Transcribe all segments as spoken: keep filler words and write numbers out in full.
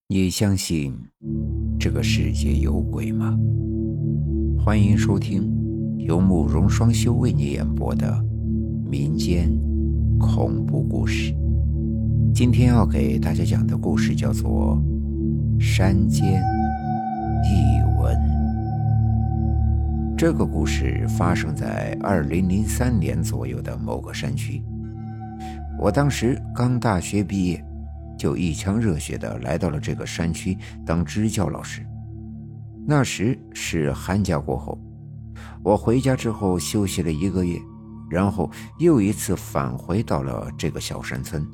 你相信这个世界有鬼吗？欢迎收听由慕容双修为你演播的民间恐怖故事。今天要给大家讲的故事叫做《山间异闻》。这个故事发生在二零零三年左右的某个山区。我当时刚大学毕业，就一腔热血地来到了这个山区当支教老师。那时是寒假过后，我回家之后休息了一个月，然后又一次返回到了这个小山村。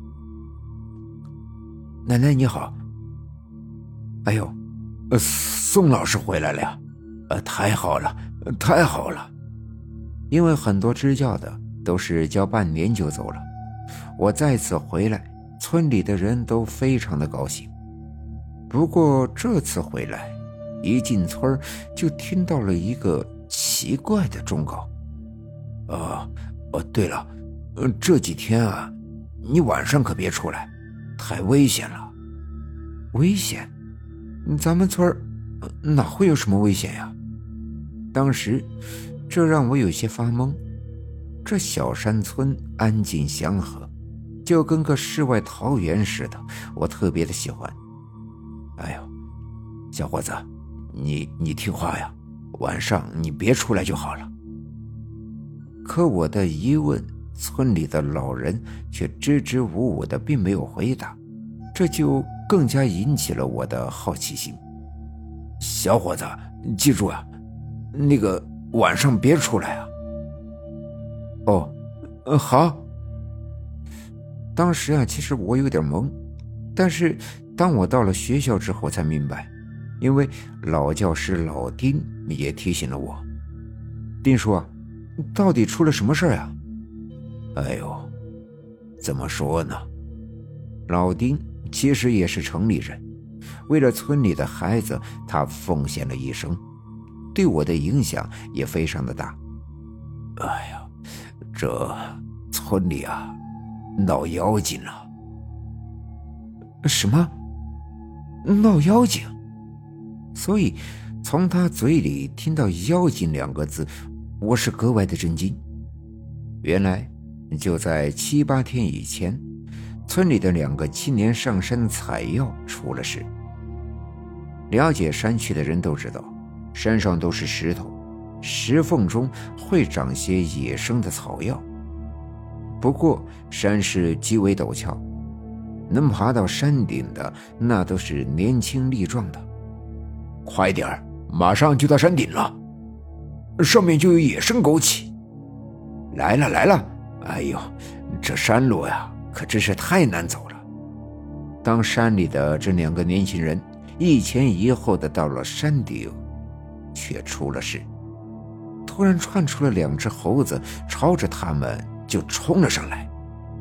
奶奶你好。哎呦，呃，宋老师回来了呀，呃，太好了，太好了。因为很多支教的都是教半年就走了，我再次回来，村里的人都非常的高兴。不过这次回来，一进村就听到了一个奇怪的忠告。呃，哦，对了，呃，这几天啊，你晚上可别出来，太危险了。危险？咱们村呃哪会有什么危险呀？当时这让我有些发懵。这小山村安静祥和，就跟个世外桃源似的，我特别的喜欢。哎呦，小伙子，你你听话呀，晚上你别出来就好了。可我的疑问，村里的老人却支支吾吾的，并没有回答，这就更加引起了我的好奇心。小伙子，记住啊，那个晚上别出来啊。哦，呃，好。当时啊，其实我有点懵，但是当我到了学校之后才明白，因为老教师老丁也提醒了我。丁叔啊，到底出了什么事呀？哎呦，怎么说呢？老丁其实也是城里人，为了村里的孩子，他奉献了一生，对我的影响也非常的大。哎呀，这村里啊闹妖精了。什么？闹妖精？所以从他嘴里听到妖精两个字，我是格外的震惊。原来就在七八天以前，村里的两个青年上山采药出了事。了解山区的人都知道，山上都是石头，石缝中会长些野生的草药。不过山势极为陡峭，能爬到山顶的那都是年轻力壮的。快点，马上就到山顶了，上面就有野生枸杞。来了来了，哎呦，这山路呀可真是太难走了。当山里的这两个年轻人一前一后的到了山顶，却出了事。突然窜出了两只猴子，朝着他们就冲了上来。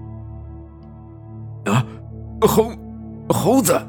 啊，猴猴子！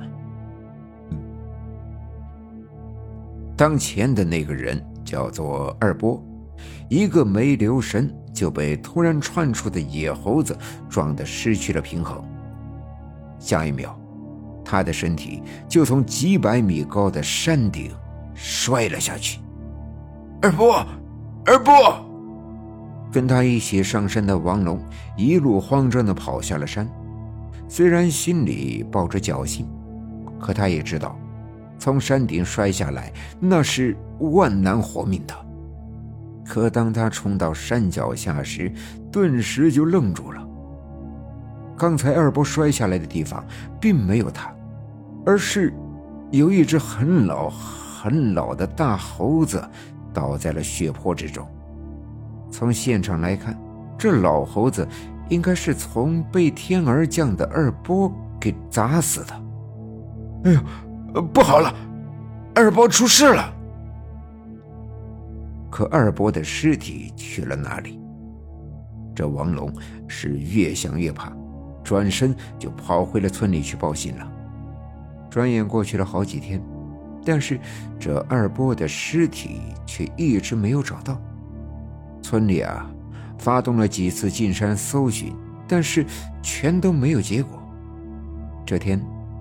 当前的那个人叫做二波，一个没留神就被突然窜出的野猴子撞得失去了平衡。下一秒，他的身体就从几百米高的山顶摔了下去。二波，二波！跟他一起上山的王龙一路慌张地跑下了山，虽然心里抱着侥幸，可他也知道从山顶摔下来那是万难活命的。可当他冲到山脚下时，顿时就愣住了。刚才二波摔下来的地方并没有他，而是有一只很老很老的大猴子倒在了血泊之中。从现场来看，这老猴子应该是从被天而降的二波给砸死的。哎呦，不好了，二波出事了！可二波的尸体去了哪里？这王龙是越想越怕，转身就跑回了村里去报信了。转眼过去了好几天，但是这二波的尸体却一直没有找到。村里啊发动了几次进山搜寻，但是全都没有结果。这天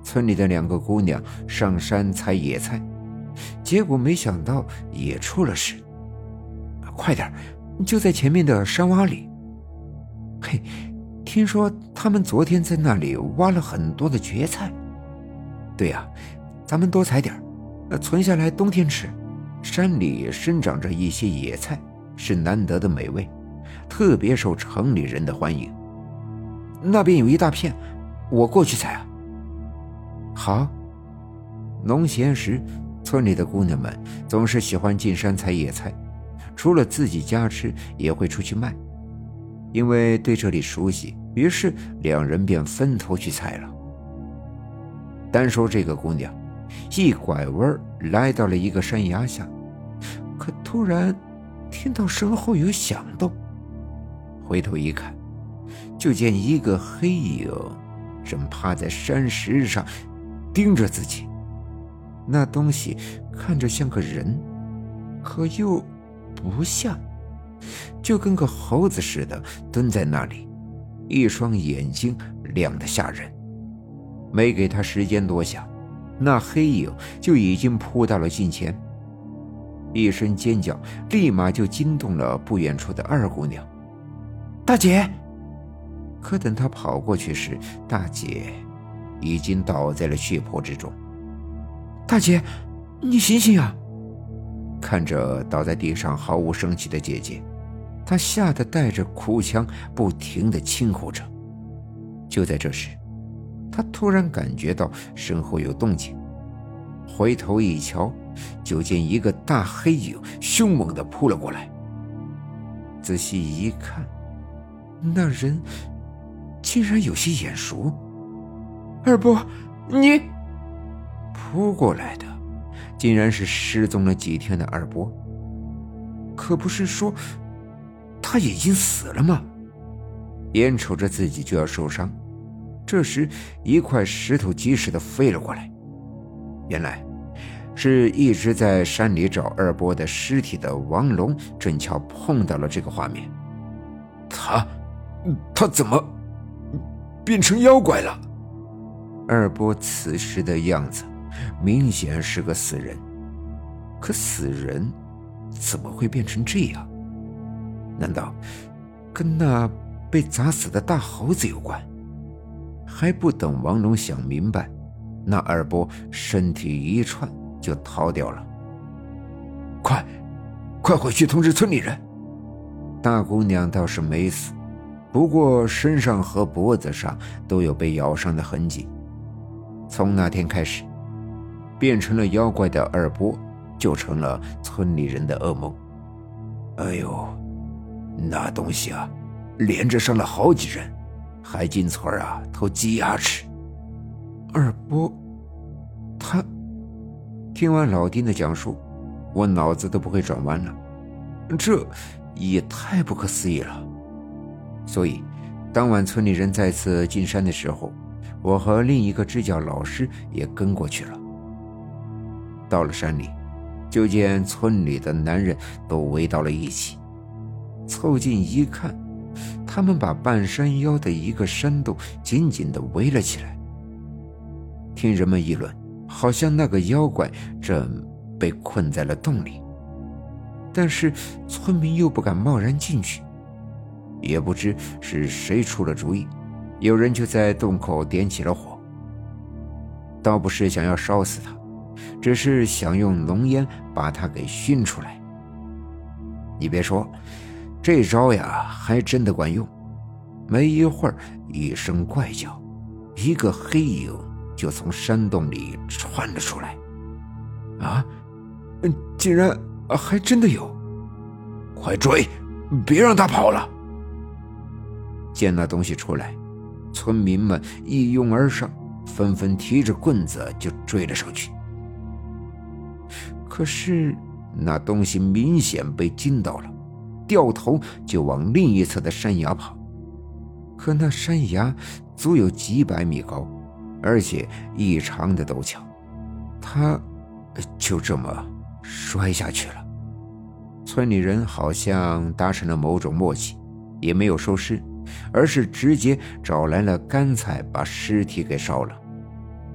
村里的两个姑娘上山采野菜，结果没想到也出了事。快点，就在前面的山洼里。嘿，听说他们昨天在那里挖了很多的蕨菜。对呀、啊，咱们多采点，存下来冬天吃。山里生长着一些野菜，是难得的美味，特别受城里人的欢迎。那边有一大片，我过去采啊。好。农闲时，村里的姑娘们总是喜欢进山采野菜，除了自己家吃，也会出去卖。因为对这里熟悉，于是两人便分头去采了。单说这个姑娘，一拐弯来到了一个山崖下，可突然听到身后有响动，回头一看，就见一个黑影正趴在山石上盯着自己。那东西看着像个人，可又不像，就跟个猴子似的蹲在那里，一双眼睛亮得吓人。没给他时间多想，那黑影就已经扑到了近前，一声尖叫立马就惊动了不远处的二姑娘。大姐！可等他跑过去时，大姐已经倒在了血泊之中。大姐，你醒醒啊！看着倒在地上毫无生气的姐姐，他吓得带着哭腔不停地轻呼着。就在这时，他突然感觉到身后有动静，回头一瞧，就见一个大黑影凶猛地扑了过来。仔细一看，那人竟然有些眼熟。二伯，你……扑过来的竟然是失踪了几天的二伯。可不是说他已经死了吗？眼瞅着自己就要受伤，这时一块石头及时地飞了过来。原来是一直在山里找二伯的尸体的王龙正巧碰到了这个画面。他他怎么变成妖怪了？二伯此时的样子明显是个死人，可死人怎么会变成这样？难道跟那被砸死的大猴子有关？还不等王龙想明白，那二伯身体一窜就逃掉了。快快回去通知村里人！大姑娘倒是没死，不过身上和脖子上都有被咬伤的痕迹。从那天开始，变成了妖怪的二伯就成了村里人的噩梦。哎呦，那东西啊，连着伤了好几人，还进村啊偷鸡鸭吃。二伯他……听完老丁的讲述，我脑子都不会转弯了，这也太不可思议了。所以当晚村里人再次进山的时候，我和另一个支教老师也跟过去了。到了山里，就见村里的男人都围到了一起，凑近一看，他们把半山腰的一个山洞紧紧地围了起来。听人们议论，好像那个妖怪正被困在了洞里，但是村民又不敢贸然进去。也不知是谁出了主意，有人就在洞口点起了火，倒不是想要烧死他，只是想用浓烟把他给熏出来。你别说，这招呀还真的管用。没一会儿，一声怪叫，一个黑影就从山洞里窜了出来。啊，竟然还真的有！快追，别让他跑了！见那东西出来，村民们一拥而上，纷纷提着棍子就追了上去。可是那东西明显被惊到了，掉头就往另一侧的山崖跑。可那山崖足有几百米高，而且异常的陡峭，他就这么摔下去了。村里人好像达成了某种默契，也没有收尸，而是直接找来了干柴把尸体给烧了。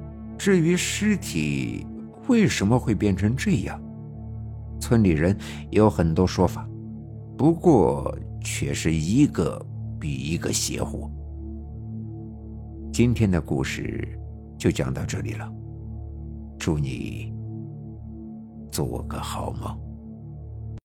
至于尸体为什么会变成这样，村里人有很多说法，不过却是一个比一个邪乎。今天的故事就讲到这里了，祝你做个好梦。